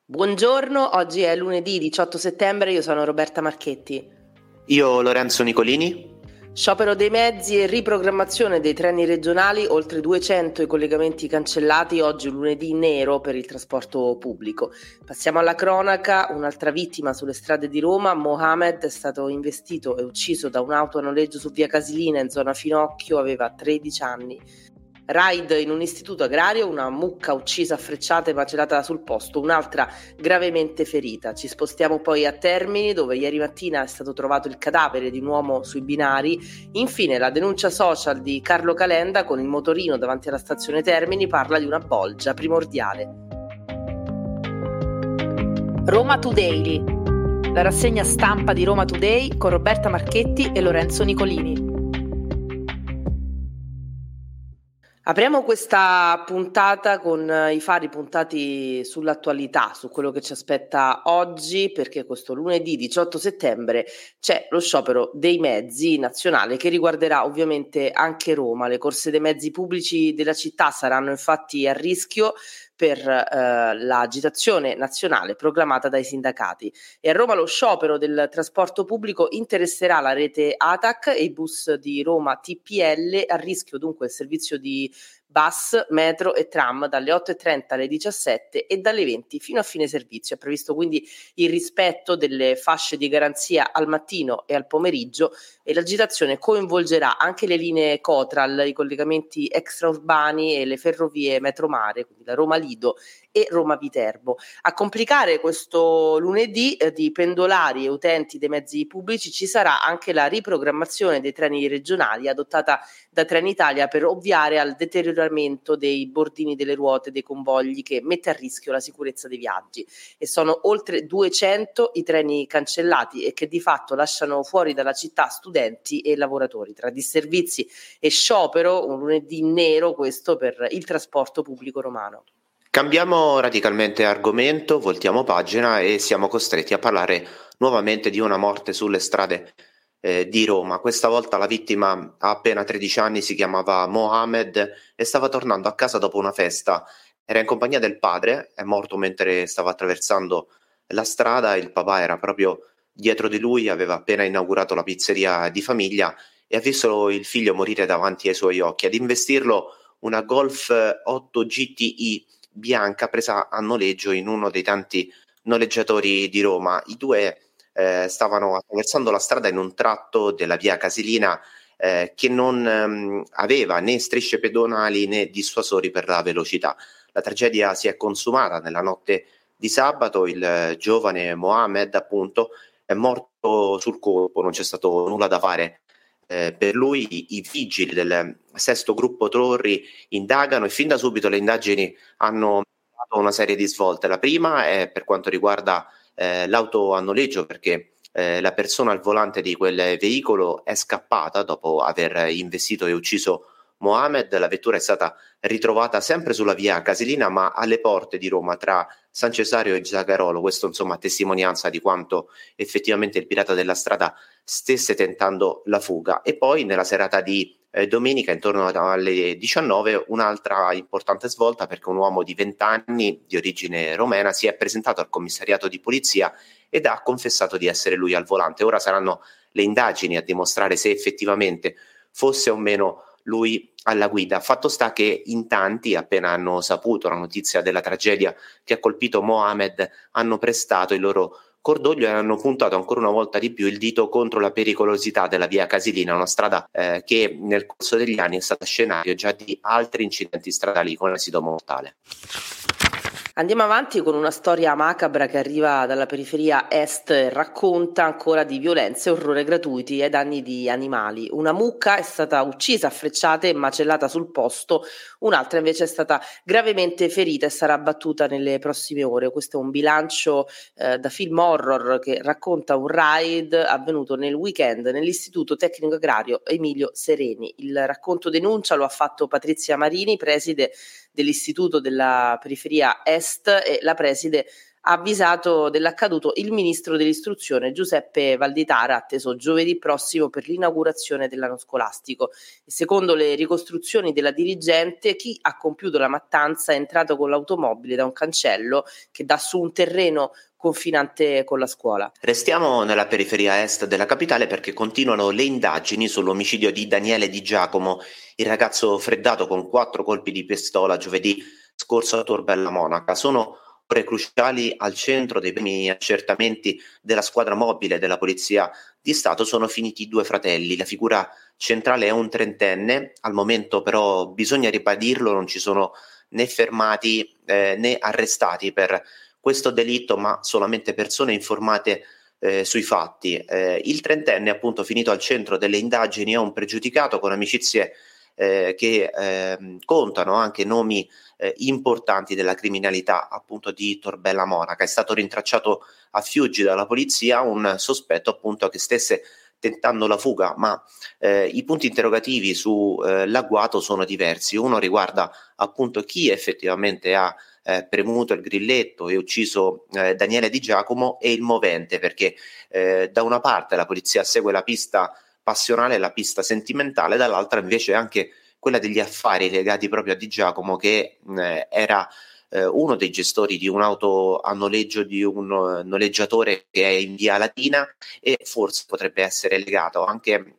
Buongiorno, oggi è lunedì 18 settembre, io sono Roberta Marchetti. Io Lorenzo Nicolini. Sciopero dei mezzi e riprogrammazione dei treni regionali, oltre 200 i collegamenti cancellati, oggi un lunedì nero per il trasporto pubblico. Passiamo alla cronaca, un'altra vittima sulle strade di Roma, Mohamed è stato investito e ucciso da un'auto a noleggio su via Casilina in zona Finocchio, aveva 13 anni. Raid in un istituto agrario, una mucca uccisa a frecciate e macellata sul posto, un'altra gravemente ferita. Ci spostiamo poi a Termini, dove ieri mattina è stato trovato il cadavere di un uomo sui binari. Infine la denuncia social di Carlo Calenda con il motorino davanti alla stazione Termini parla di una bolgia primordiale. Roma Today, la rassegna stampa di Roma Today con Roberta Marchetti e Lorenzo Nicolini. Apriamo questa puntata con i fari puntati sull'attualità, su quello che ci aspetta oggi, perché questo lunedì 18 settembre c'è lo sciopero dei mezzi nazionale che riguarderà ovviamente anche Roma. Le corse dei mezzi pubblici della città saranno infatti a rischio per l'agitazione nazionale proclamata dai sindacati. E a Roma lo sciopero del trasporto pubblico interesserà la rete ATAC e i bus di Roma TPL, a rischio dunque il servizio di bus, metro e tram dalle 8:30 alle 17 e dalle 20 fino a fine servizio. È previsto quindi il rispetto delle fasce di garanzia al mattino e al pomeriggio, e l'agitazione coinvolgerà anche le linee Cotral, i collegamenti extraurbani e le ferrovie Metromare, quindi la Roma Lido e Roma Viterbo. A complicare questo lunedì di pendolari e utenti dei mezzi pubblici ci sarà anche la riprogrammazione dei treni regionali adottata da Trenitalia per ovviare al deterioramento dei bordini delle ruote dei convogli, che mette a rischio la sicurezza dei viaggi. E sono oltre 200 i treni cancellati e che di fatto lasciano fuori dalla città studenti e lavoratori. Tra disservizi e sciopero, un lunedì nero questo per il trasporto pubblico romano. Cambiamo radicalmente argomento, voltiamo pagina e siamo costretti a parlare nuovamente di una morte sulle strade di Roma. Questa volta la vittima ha appena 13 anni, si chiamava Mohamed e stava tornando a casa dopo una festa. Era in compagnia del padre, è morto mentre stava attraversando la strada, il papà era proprio dietro di lui, aveva appena inaugurato la pizzeria di famiglia e ha visto il figlio morire davanti ai suoi occhi. Ad investirlo una Golf 8 GTI bianca presa a noleggio in uno dei tanti noleggiatori di Roma. I due stavano attraversando la strada in un tratto della via Casilina che non aveva né strisce pedonali né dissuasori per la velocità. La tragedia si è consumata nella notte di sabato. Il giovane Mohamed, appunto, è morto sul colpo, non c'è stato nulla da fare per lui. I vigili del sesto gruppo Torri indagano e fin da subito le indagini hanno dato una serie di svolte. La prima è per quanto riguarda l'auto a noleggio, perché la persona al volante di quel veicolo è scappata dopo aver investito e ucciso Mohamed. La vettura è stata ritrovata sempre sulla via Casilina, ma alle porte di Roma, tra San Cesario e Zagarolo. Questo insomma a testimonianza di quanto effettivamente il pirata della strada stesse tentando la fuga. E poi nella serata di domenica, intorno alle 19, un'altra importante svolta, perché un uomo di 20 anni di origine romena si è presentato al commissariato di polizia ed ha confessato di essere lui al volante. Ora saranno le indagini a dimostrare se effettivamente fosse o meno lui alla guida. Fatto sta che in tanti, appena hanno saputo la notizia della tragedia che ha colpito Mohamed, hanno prestato il loro cordoglio e hanno puntato ancora una volta di più il dito contro la pericolosità della via Casilina, una strada che nel corso degli anni è stata scenario già di altri incidenti stradali con esito mortale. Andiamo avanti con una storia macabra che arriva dalla periferia est e racconta ancora di violenze e orrore gratuiti ai danni di animali. Una mucca è stata uccisa a frecciate e macellata sul posto, un'altra invece è stata gravemente ferita e sarà abbattuta nelle prossime ore. Questo è un bilancio da film horror che racconta un raid avvenuto nel weekend nell'Istituto Tecnico Agrario Emilio Sereni. Il racconto denuncia lo ha fatto Patrizia Marini, preside dell'Istituto della Periferia Est, e la preside ha avvisato dell'accaduto il ministro dell'istruzione Giuseppe Valditara, atteso giovedì prossimo per l'inaugurazione dell'anno scolastico. E secondo le ricostruzioni della dirigente, chi ha compiuto la mattanza è entrato con l'automobile da un cancello che dà su un terreno confinante con la scuola. Restiamo nella periferia est della capitale perché continuano le indagini sull'omicidio di Daniele Di Giacomo, il ragazzo freddato con 4 colpi di pistola giovedì scorso a Tor Bella Monaca. Sono ore cruciali al centro dei primi accertamenti della squadra mobile della Polizia di Stato. Sono finiti 2 fratelli, la figura centrale è un trentenne, al momento però bisogna ribadirlo, non ci sono né fermati né arrestati per questo delitto, ma solamente persone informate sui fatti. Il trentenne, appunto, finito al centro delle indagini, è un pregiudicato con amicizie che contano anche nomi importanti della criminalità, appunto, di Tor Bella Monaca. È stato rintracciato a Fiuggi dalla polizia un sospetto, appunto, che stesse tentando la fuga, ma i punti interrogativi su l'agguato sono diversi. Uno riguarda appunto chi effettivamente ha premuto il grilletto e ucciso Daniele Di Giacomo, e il movente, perché da una parte la polizia segue la pista passionale, la pista sentimentale, dall'altra invece anche quella degli affari legati proprio a Di Giacomo, che era uno dei gestori di un'auto a noleggio di un noleggiatore che è in via Latina, e forse potrebbe essere legato anche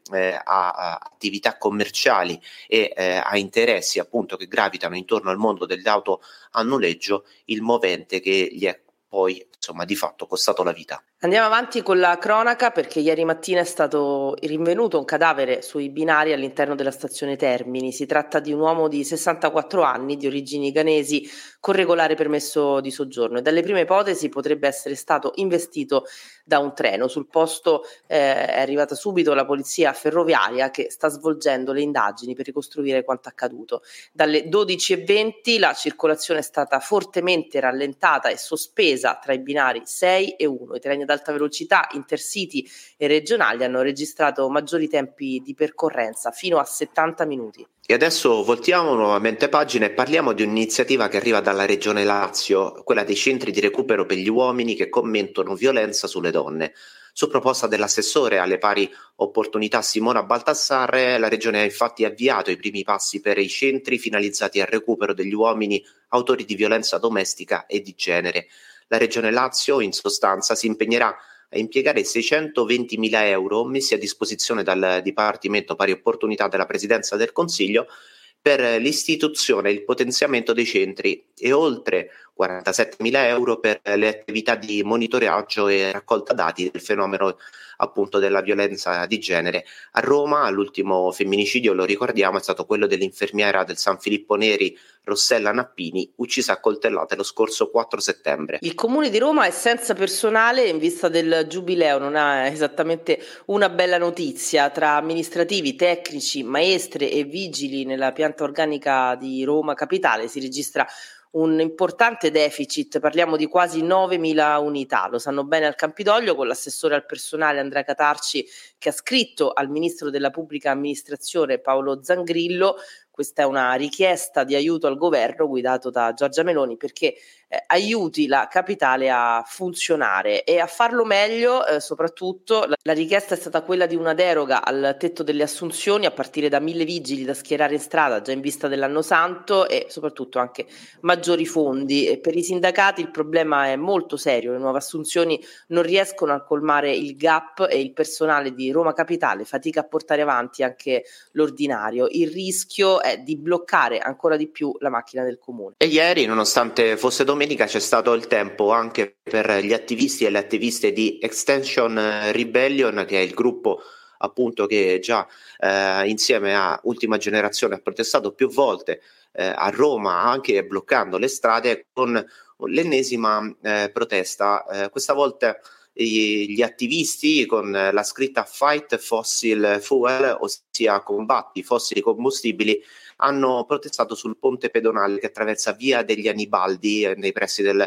a attività commerciali e a interessi, appunto, che gravitano intorno al mondo delle auto a noleggio, il movente che gli è poi, insomma, di fatto costato la vita. Andiamo avanti con la cronaca, perché ieri mattina è stato rinvenuto un cadavere sui binari all'interno della stazione Termini. Si tratta di un uomo di 64 anni di origini ghanesi con regolare permesso di soggiorno, e dalle prime ipotesi potrebbe essere stato investito da un treno. Sul posto è arrivata subito la polizia ferroviaria, che sta svolgendo le indagini per ricostruire quanto accaduto. Dalle 12:20 la circolazione è stata fortemente rallentata e sospesa tra i binari 6 e 1. I treni ad alta velocità, intercity e regionali hanno registrato maggiori tempi di percorrenza, fino a 70 minuti. E adesso voltiamo nuovamente pagina e parliamo di un'iniziativa che arriva dalla Regione Lazio, quella dei centri di recupero per gli uomini che commettono violenza sulle donne. Su proposta dell'assessore alle pari opportunità Simona Baldassarre, la Regione ha infatti avviato i primi passi per i centri finalizzati al recupero degli uomini autori di violenza domestica e di genere. La Regione Lazio, in sostanza, si impegnerà a impiegare 620.000 euro messi a disposizione dal Dipartimento Pari Opportunità della Presidenza del Consiglio per l'istituzione e il potenziamento dei centri, e oltre 47.000 euro per le attività di monitoraggio e raccolta dati del fenomeno, appunto, della violenza di genere. A Roma l'ultimo femminicidio, lo ricordiamo, è stato quello dell'infermiera del San Filippo Neri Rossella Nappini, uccisa a coltellate lo scorso 4 settembre. Il Comune di Roma è senza personale in vista del Giubileo. Non è esattamente una bella notizia. Tra amministrativi, tecnici, maestre e vigili nella pianta organica di Roma Capitale si registra un importante deficit, parliamo di quasi 9.000 unità. Lo sanno bene al Campidoglio, con l'assessore al personale Andrea Catarci, che ha scritto al ministro della pubblica amministrazione Paolo Zangrillo. Questa è una richiesta di aiuto al governo guidato da Giorgia Meloni, perché aiuti la capitale a funzionare e a farlo meglio. Soprattutto la richiesta è stata quella di una deroga al tetto delle assunzioni, a partire da 1.000 vigili da schierare in strada già in vista dell'anno santo, e soprattutto anche maggiori fondi. E per i sindacati il problema è molto serio: le nuove assunzioni non riescono a colmare il gap e il personale di Roma Capitale fatica a portare avanti anche l'ordinario. Il rischio è di bloccare ancora di più la macchina del comune. E ieri, nonostante fosse domenica, c'è stato il tempo anche per gli attivisti e le attiviste di Extinction Rebellion, che è il gruppo, appunto, che già insieme a Ultima Generazione ha protestato più volte a Roma, anche bloccando le strade, con l'ennesima protesta. Questa volta gli attivisti, con la scritta Fight Fossil Fuel, ossia combatti fossili combustibili, hanno protestato sul ponte pedonale che attraversa via degli Anibaldi nei pressi del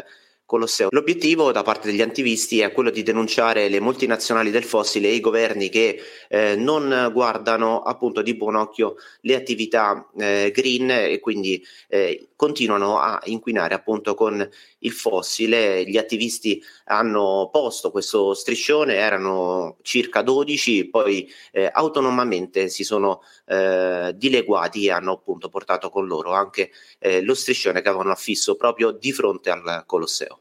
Colosseo. L'obiettivo da parte degli attivisti è quello di denunciare le multinazionali del fossile e i governi che non guardano appunto di buon occhio le attività green e quindi continuano a inquinare appunto con il fossile. Gli attivisti hanno posto questo striscione, erano circa 12, poi autonomamente si sono dileguati e hanno appunto portato con loro anche lo striscione che avevano affisso proprio di fronte al Colosseo.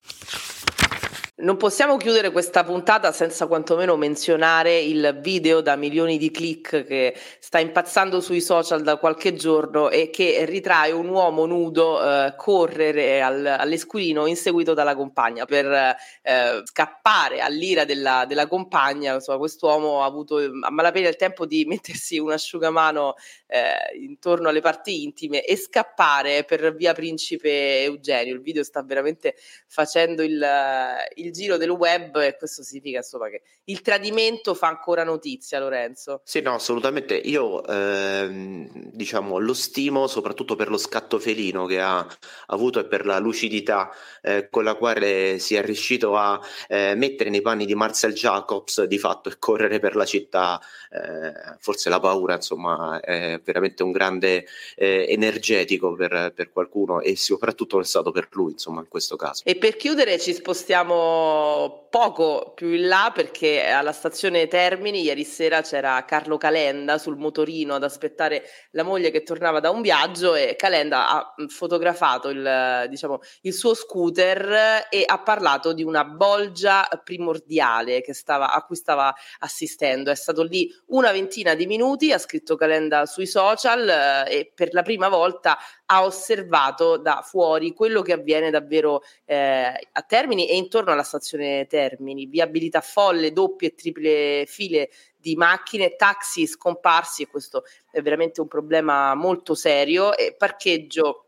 Non possiamo chiudere questa puntata senza quantomeno menzionare il video da milioni di click che sta impazzando sui social da qualche giorno e che ritrae un uomo nudo correre all'esquilino inseguito dalla compagna per scappare all'ira della compagna. Insomma, quest'uomo ha avuto a malapena il tempo di mettersi un asciugamano intorno alle parti intime e scappare per via Principe Eugenio. Il video sta veramente facendo il giro del web e questo significa insomma che il tradimento fa ancora notizia, Lorenzo. Sì, no, assolutamente. Io diciamo lo stimo soprattutto per lo scatto felino che ha avuto e per la lucidità con la quale si è riuscito a mettere nei panni di Marcel Jacobs di fatto e correre per la città. Forse la paura insomma è veramente un grande energetico per qualcuno e soprattutto è stato per lui insomma in questo caso. E per chiudere ci spostiamo poco più in là perché alla stazione Termini ieri sera c'era Carlo Calenda sul motorino ad aspettare la moglie che tornava da un viaggio e Calenda ha fotografato il suo scooter e ha parlato di una bolgia primordiale a cui stava assistendo. È stato lì una ventina di minuti, ha scritto Calenda sui social e per la prima volta ha osservato da fuori quello che avviene davvero a Termini e intorno alla stazione Termini, viabilità folle, doppie e triple file di macchine, taxi scomparsi e questo è veramente un problema molto serio e parcheggio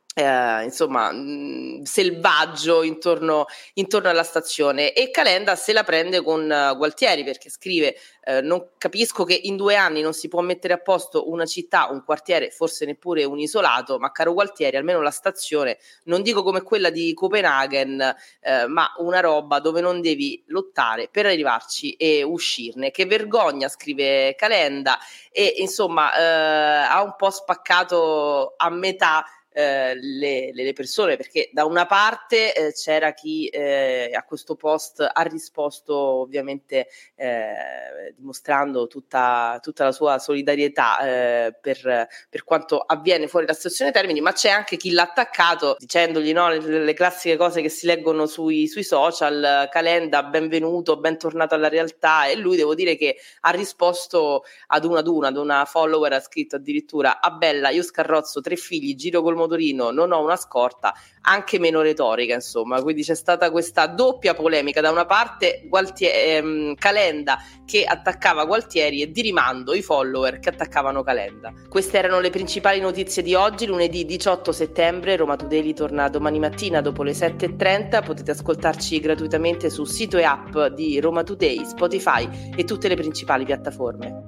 selvaggio intorno alla stazione e Calenda se la prende con Gualtieri perché scrive non capisco che in 2 anni non si può mettere a posto una città, un quartiere, forse neppure un isolato, ma caro Gualtieri almeno la stazione, non dico come quella di Copenaghen, ma una roba dove non devi lottare per arrivarci e uscirne. Che vergogna, scrive Calenda e insomma ha un po' spaccato a metà le persone perché da una parte c'era chi a questo post ha risposto ovviamente dimostrando tutta la sua solidarietà per quanto avviene fuori da stazione Termini, ma c'è anche chi l'ha attaccato dicendogli le classiche cose che si leggono sui social. Calenda benvenuto, bentornato alla realtà e lui devo dire che ha risposto ad una follower, ha scritto addirittura a bella io scarrozzo 3 figli, giro col motorino, non ho una scorta, anche meno retorica insomma, quindi c'è stata questa doppia polemica, da una parte Calenda che attaccava Gualtieri e di rimando i follower che attaccavano Calenda. Queste erano le principali notizie di oggi, lunedì 18 settembre, Roma Today torna domani mattina dopo le 7:30, potete ascoltarci gratuitamente sul sito e app di Roma Today, Spotify e tutte le principali piattaforme.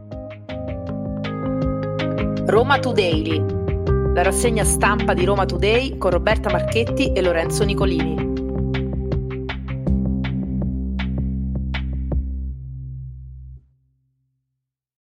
Roma Today, la rassegna stampa di Roma Today con Roberta Marchetti e Lorenzo Nicolini.